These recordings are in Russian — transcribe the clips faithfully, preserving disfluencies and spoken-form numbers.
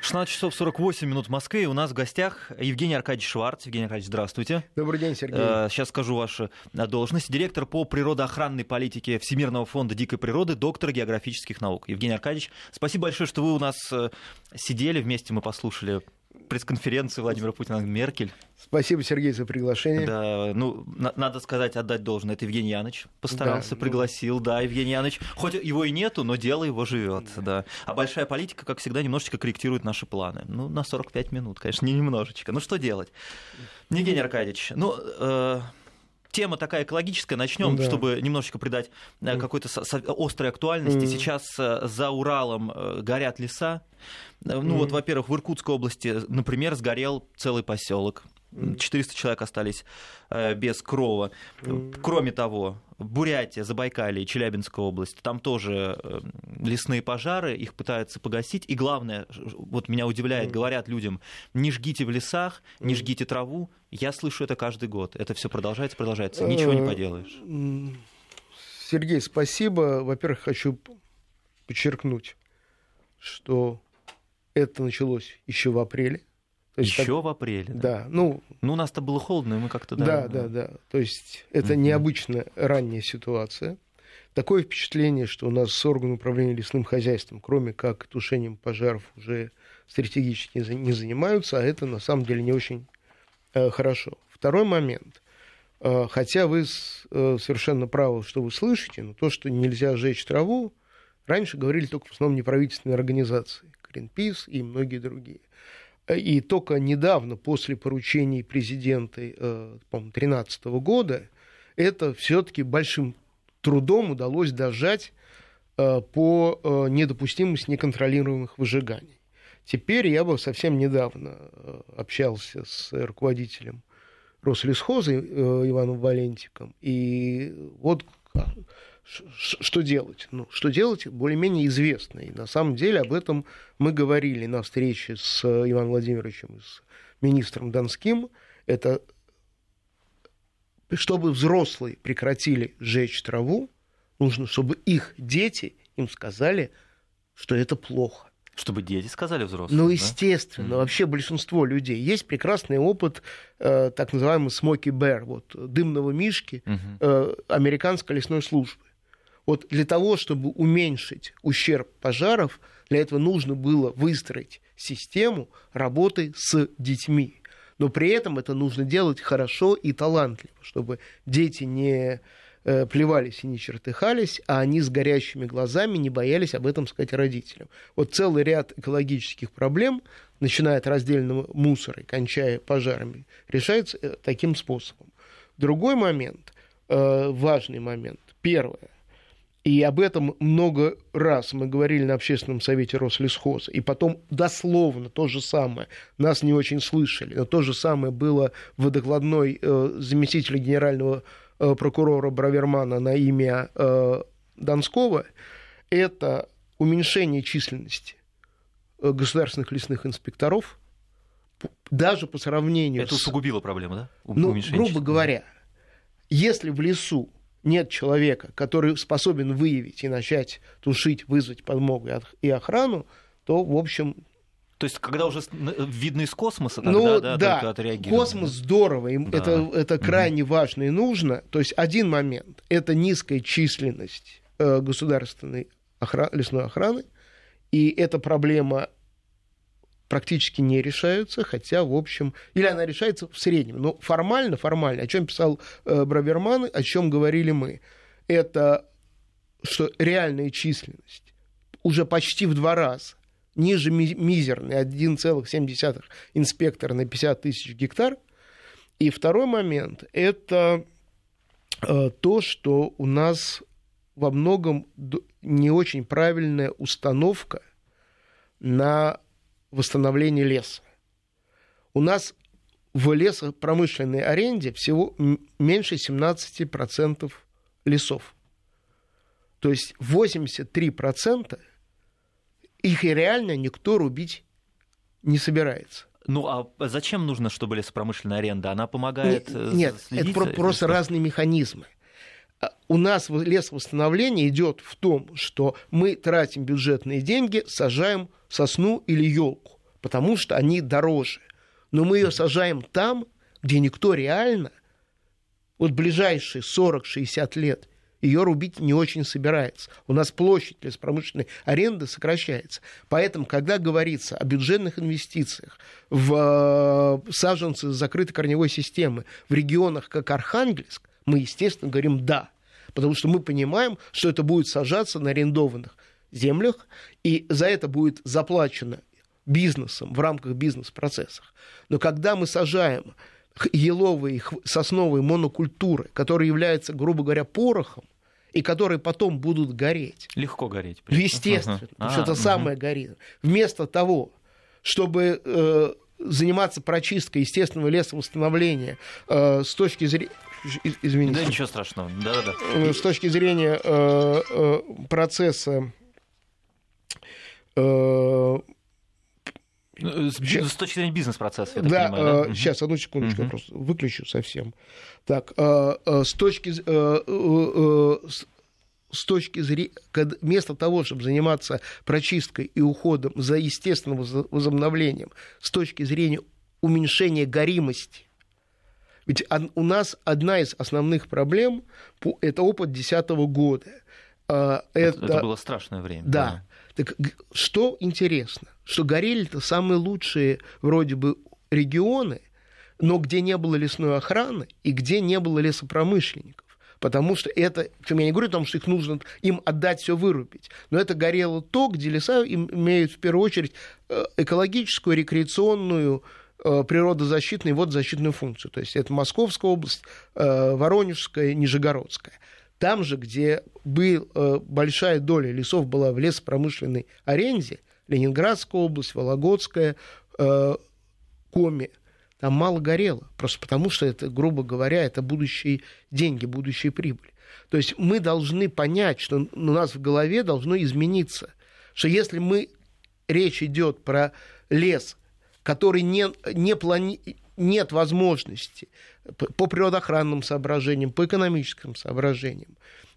шестнадцать часов сорок восемь минут в Москве, и у нас в гостях Евгений Аркадьевич Шварц. Евгений Аркадьевич, здравствуйте. Добрый день, Сергей. Сейчас скажу вашу должность. Директор по природоохранной политике Всемирного фонда дикой природы, доктор географических наук. Евгений Аркадьевич, спасибо большое, что вы у нас сидели вместе, мы послушали пресс-конференцию Владимира Путина Меркель. Спасибо, Сергей, за приглашение. Да, ну, на- надо сказать, отдать должное. Это Евгений Яныч постарался, да, пригласил, ну... да, Евгений Яныч. Хоть его и нету, но дело его живет, да. А большая политика, как всегда, немножечко корректирует наши планы. Ну, на сорок пять минут, конечно, не немножечко. Ну, что делать? Евгений Аркадьевич, ну... Э- Тема такая экологическая. Начнем, да. чтобы немножечко придать какой-то острой актуальности. Mm. Сейчас за Уралом горят леса. Ну mm. вот, во-первых, в Иркутской области, например, сгорел целый поселок. четыреста человек остались без крова. Mm. Кроме того, Бурятия, Забайкалье, Челябинская область, там тоже лесные пожары, их пытаются погасить. И главное, вот меня удивляет, mm. говорят людям, не жгите в лесах, не жгите траву. Я слышу это каждый год. Это все продолжается, продолжается. Ничего не поделаешь. Сергей, спасибо. Во-первых, хочу подчеркнуть, что это началось еще в апреле. То есть еще так... в апреле? Да. да. Ну, ну, у нас-то было холодно, и мы как-то... Да, да, да, да. То есть это угу. необычная ранняя ситуация. Такое впечатление, что у нас органы управления лесным хозяйством, кроме как тушением пожаров, уже стратегически не занимаются, а это на самом деле не очень э, хорошо. Второй момент. Э, хотя вы э, совершенно правы, что вы слышите, но то, что нельзя сжечь траву, раньше говорили только в основном неправительственные организации, Greenpeace и многие другие. И только недавно, после поручений президента, по-моему, две тысячи тринадцатого года, это все-таки большим трудом удалось дожать по недопустимости неконтролируемых выжиганий. Теперь я бы совсем недавно общался с руководителем Рослесхоза Иваном Валентиком, и вот... Что делать? Ну, что делать, более-менее известно. И на самом деле об этом мы говорили на встрече с Иваном Владимировичем и с министром Донским. Это чтобы взрослые прекратили сжечь траву, нужно, чтобы их дети им сказали, что это плохо. Чтобы дети сказали взрослым? Ну, естественно. Да? Вообще большинство людей. Есть прекрасный опыт э, так называемый Smoky Bear, вот, дымного мишки э, американской лесной службы. Вот для того, чтобы уменьшить ущерб пожаров, для этого нужно было выстроить систему работы с детьми. Но при этом это нужно делать хорошо и талантливо, чтобы дети не э, плевались и не чертыхались, а они с горящими глазами не боялись об этом сказать родителям. Вот целый ряд экологических проблем, начиная от раздельного мусора и кончая пожарами, решается э, таким способом. Другой момент, э, важный момент, первое. И об этом много раз мы говорили на общественном совете Рослесхоза. И потом дословно то же самое. Нас не очень слышали. Но то же самое было в докладной э, заместителя генерального э, прокурора Бравермана на имя э, Донского. Это уменьшение численности э, государственных лесных инспекторов. Даже по сравнению Это с... усугубило проблему, да? У- Ну, грубо говоря, если в лесу нет человека, который способен выявить и начать тушить, вызвать подмогу и охрану, то, в общем... То есть, когда уже видно из космоса, тогда, ну, да, да, только отреагировать. Космос здорово, им да. это, это крайне угу. важно и нужно. То есть, один момент – это низкая численность э, государственной охраны, лесной охраны, и эта проблема практически не решаются, хотя, в общем, или она решается в среднем, но формально, формально, о чем писал э, Браверман, о чем говорили мы, это что реальная численность уже почти в два раза ниже ми- мизерной, один целых семь десятых инспектора на пятьдесят тысяч гектар. И второй момент, это э, то, что у нас во многом не очень правильная установка на восстановление леса. У нас в лесопромышленной аренде всего меньше семнадцать процентов лесов. То есть восемьдесят три процента их и реально никто рубить не собирается. Ну, а зачем нужно, чтобы лесопромышленная аренда? Она помогает Нет, нет это про- просто разные механизмы. У нас лесовосстановление идет в том, что мы тратим бюджетные деньги, сажаем сосну или елку. потому что они дороже. Но мы ее сажаем там, где никто реально, вот ближайшие сорок-шестьдесят лет, ее рубить не очень собирается. У нас площадь лесопромышленной аренды сокращается. Поэтому, когда говорится о бюджетных инвестициях в саженцы закрытой корневой системы в регионах, как Архангельск, мы, естественно, говорим «да». Потому что мы понимаем, что это будет сажаться на арендованных землях, и за это будет заплачено бизнесом в рамках бизнес-процессов. Но когда мы сажаем еловые, сосновые монокультуры, которые являются, грубо говоря, порохом, и которые потом будут гореть. Легко гореть. Естественно, uh-huh. потому что это uh-huh. самое горит. Вместо того, чтобы э, заниматься прочисткой естественного лесовосстановления э, с точки зрения... Извините. Да, ничего страшного. Да-да-да. С точки зрения э, э, процесса... Э, С, с точки зрения бизнес-процесса, я так да, понимаю, да? Э, сейчас, одну секундочку, uh-huh. я просто выключу совсем. Так, э, э, с точки, э, э, с, с точки зрения, вместо того, чтобы заниматься прочисткой и уходом за естественным возобновлением, с точки зрения уменьшения горимости, ведь у нас одна из основных проблем – это опыт две тысячи десятого года. Это, это, это было страшное время. Да. да. Так что интересно, что горели-то самые лучшие вроде бы регионы, но где не было лесной охраны и где не было лесопромышленников. Потому что это, я не говорю о том, что их нужно им отдать, все вырубить, но это горело то, где леса имеют в первую очередь экологическую, рекреационную, природозащитную и водозащитную функцию. То есть это Московская область, Воронежская, Нижегородская. Там же, где был, большая доля лесов была в лесопромышленной аренде, Ленинградская область, Вологодская, Коми, там мало горело, просто потому что это, грубо говоря, это будущие деньги, будущие прибыли. То есть мы должны понять, что у нас в голове должно измениться, что если мы, речь идет про лес, который не, не плани... нет возможности по природоохранным соображениям, по экономическим соображениям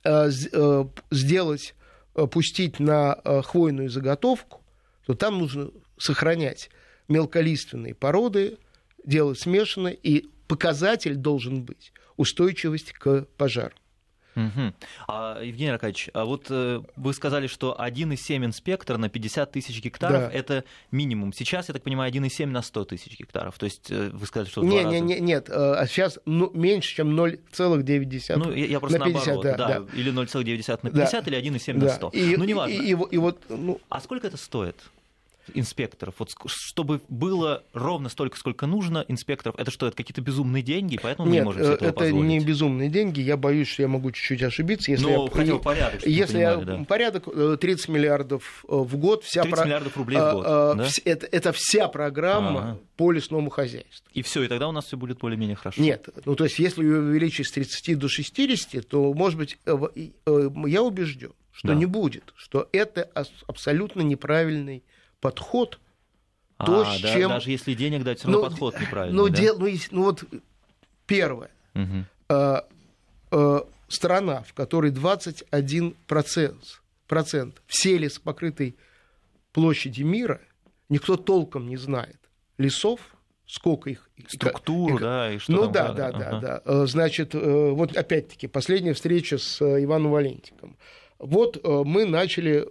сделать, пустить на хвойную заготовку, то там нужно сохранять мелколиственные породы, делать смешанное, и показатель должен быть устойчивость к пожару. Угу. А, Евгений Аркадьевич, а вот э, вы сказали, что один и семь инспектор на пятьдесят тысяч гектаров да. это минимум. Сейчас, я так понимаю, один и семь на сто тысяч гектаров. То есть э, вы сказали, что в не, два не, раза... не, Нет, а сейчас ну, меньше, чем ноль целых девять десятых. Ну, я, я просто на пятьдесят, наоборот, да, да, да. Или ноль целых девять десятых на пятьдесят, да. или один и семь да. на сто. И, ну, неважно. И, и, и, и вот, ну... А сколько это стоит? Инспекторов, вот чтобы было ровно столько, сколько нужно инспекторов, это что, это какие-то безумные деньги, поэтому мы Нет, не можем себе этого это позволить? Не безумные деньги, я боюсь, что я могу чуть-чуть ошибиться. Если Но я... хотя бы порядок, чтобы если понимали, я... да. Порядок тридцать миллиардов в год. Вся тридцать про... миллиардов рублей в год, а, да? это, это вся программа ага. по лесному хозяйству. И все, и тогда у нас все будет более-менее хорошо. Нет, ну то есть если ее увеличить с тридцати до шестидесяти, то, может быть, я убежден, что да. не будет, что это абсолютно неправильный подход. То, а, с да, чем... даже если денег дать, все равно ну, подход неправильный. Ну, да? дел... ну, ну вот первое. Угу. А, а, страна, в которой двадцать один процент, процент всей лесопокрытой площади мира, никто толком не знает лесов, сколько их... Структуру, их... да, и что Ну там, да, как... да, ага. да, да. Значит, вот опять-таки, последняя встреча с Иваном Валентиком. Вот мы начали...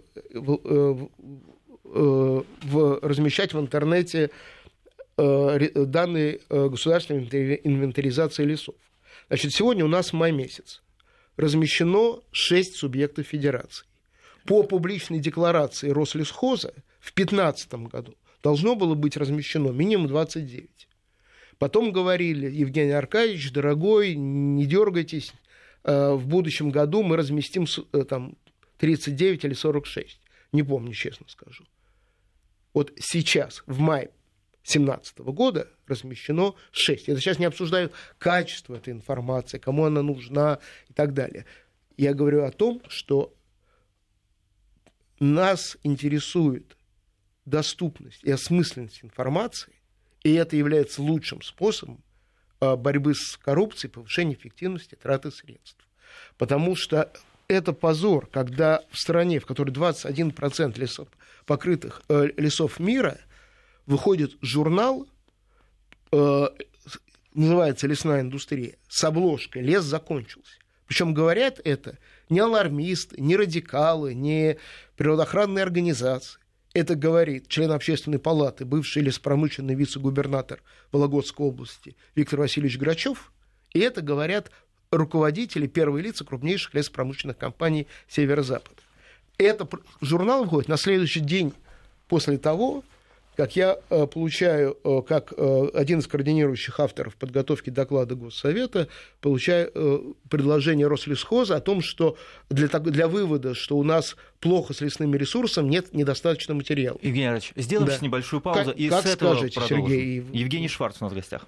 В, размещать в интернете э, данные государственной инвентаризации лесов. Значит, сегодня у нас май месяц. Размещено шесть субъектов федерации. По публичной декларации Рослесхоза в две тысячи пятнадцатом году должно было быть размещено минимум двадцать девять. Потом говорили: Евгений Аркадьевич, дорогой, не дергайтесь, э, в будущем году мы разместим э, там, тридцать девять или сорок шесть. Не помню, честно скажу. Вот сейчас, в мае две тысячи семнадцатого года, размещено шесть. Я сейчас не обсуждаю качество этой информации, кому она нужна и так далее. Я говорю о том, что нас интересует доступность и осмысленность информации, и это является лучшим способом борьбы с коррупцией, повышения эффективности траты средств. Потому что это позор, когда в стране, в которой двадцать один процент лесов, покрытых э, лесов мира, выходит журнал, э, называется «Лесная индустрия», с обложкой «Лес закончился». Причем говорят это не алармисты, не радикалы, не природоохранные организации. Это говорит член Общественной палаты, бывший леспромышленный вице-губернатор Вологодской области Виктор Васильевич Грачев. И это говорят руководители, первые лица крупнейших лесопромышленных компаний Северо-Запада. Этот журнал выходит на следующий день после того, как я э, получаю, э, как э, один из координирующих авторов подготовки доклада Госсовета, получаю э, предложение Рослесхоза о том, что для, для вывода, что у нас плохо с лесными ресурсами, нет недостаточно материала. Евгений Ильич, сделаем да. сейчас небольшую паузу как, и как с этого скажете, продолжим. Сергей? Евгений Шварц у нас в гостях.